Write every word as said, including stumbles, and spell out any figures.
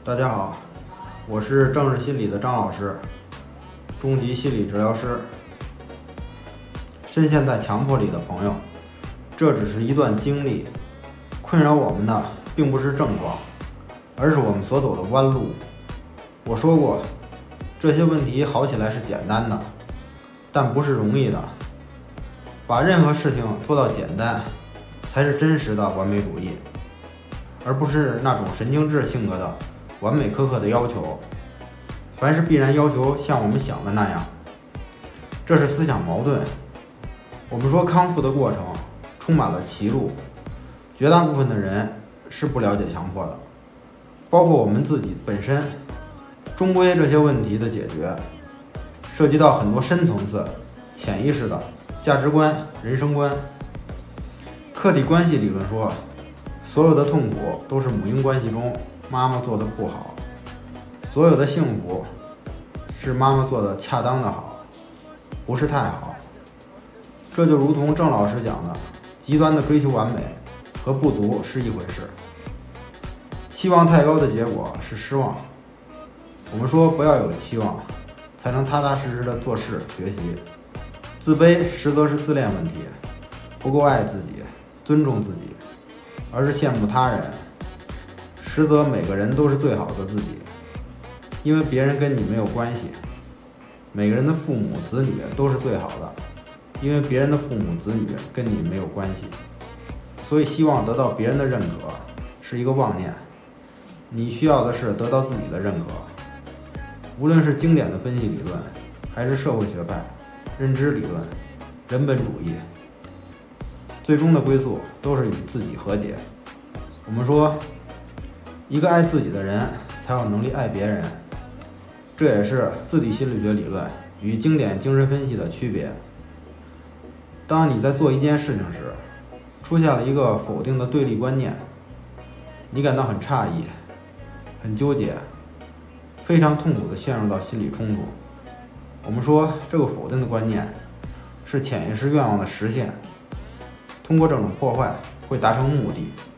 大家好，我是正视心理的张老师，中级心理治疗师。深陷在强迫里的朋友，这只是一段经历，困扰我们的并不是症状，而是我们所走的弯路。我说过，这些问题好起来是简单的，但不是容易的。把任何事情做到简单，才是真实的完美主义，而不是那种神经质性格的完美苛刻的要求。凡事必然要求像我们想的那样，这是思想矛盾。我们说康复的过程充满了歧路，绝大部分的人是不了解强迫的，包括我们自己本身。终归这些问题的解决涉及到很多深层次潜意识的价值观、人生观。客体关系理论说，所有的痛苦都是母婴关系中妈妈做的不好，所有的幸福是妈妈做的恰当的好，不是太好。这就如同郑老师讲的，极端的追求完美和不足是一回事，期望太高的结果是失望。我们说不要有期望，才能踏踏实实的做事学习。自卑实则是自恋问题，不够爱自己，尊重自己，而是羡慕他人，实则每个人都是最好的自己，因为别人跟你没有关系。每个人的父母子女都是最好的，因为别人的父母子女跟你没有关系。所以希望得到别人的认可是一个妄念，你需要的是得到自己的认可。无论是经典的分析理论，还是社会学派、认知理论、人本主义，最终的归宿都是与自己和解。我们说，一个爱自己的人才有能力爱别人，这也是自体心理学理论与经典精神分析的区别。当你在做一件事情时，出现了一个否定的对立观念，你感到很诧异、很纠结，非常痛苦地陷入到心理冲突。我们说，这个否定的观念是潜意识愿望的实现，通过这种破坏会达成目的。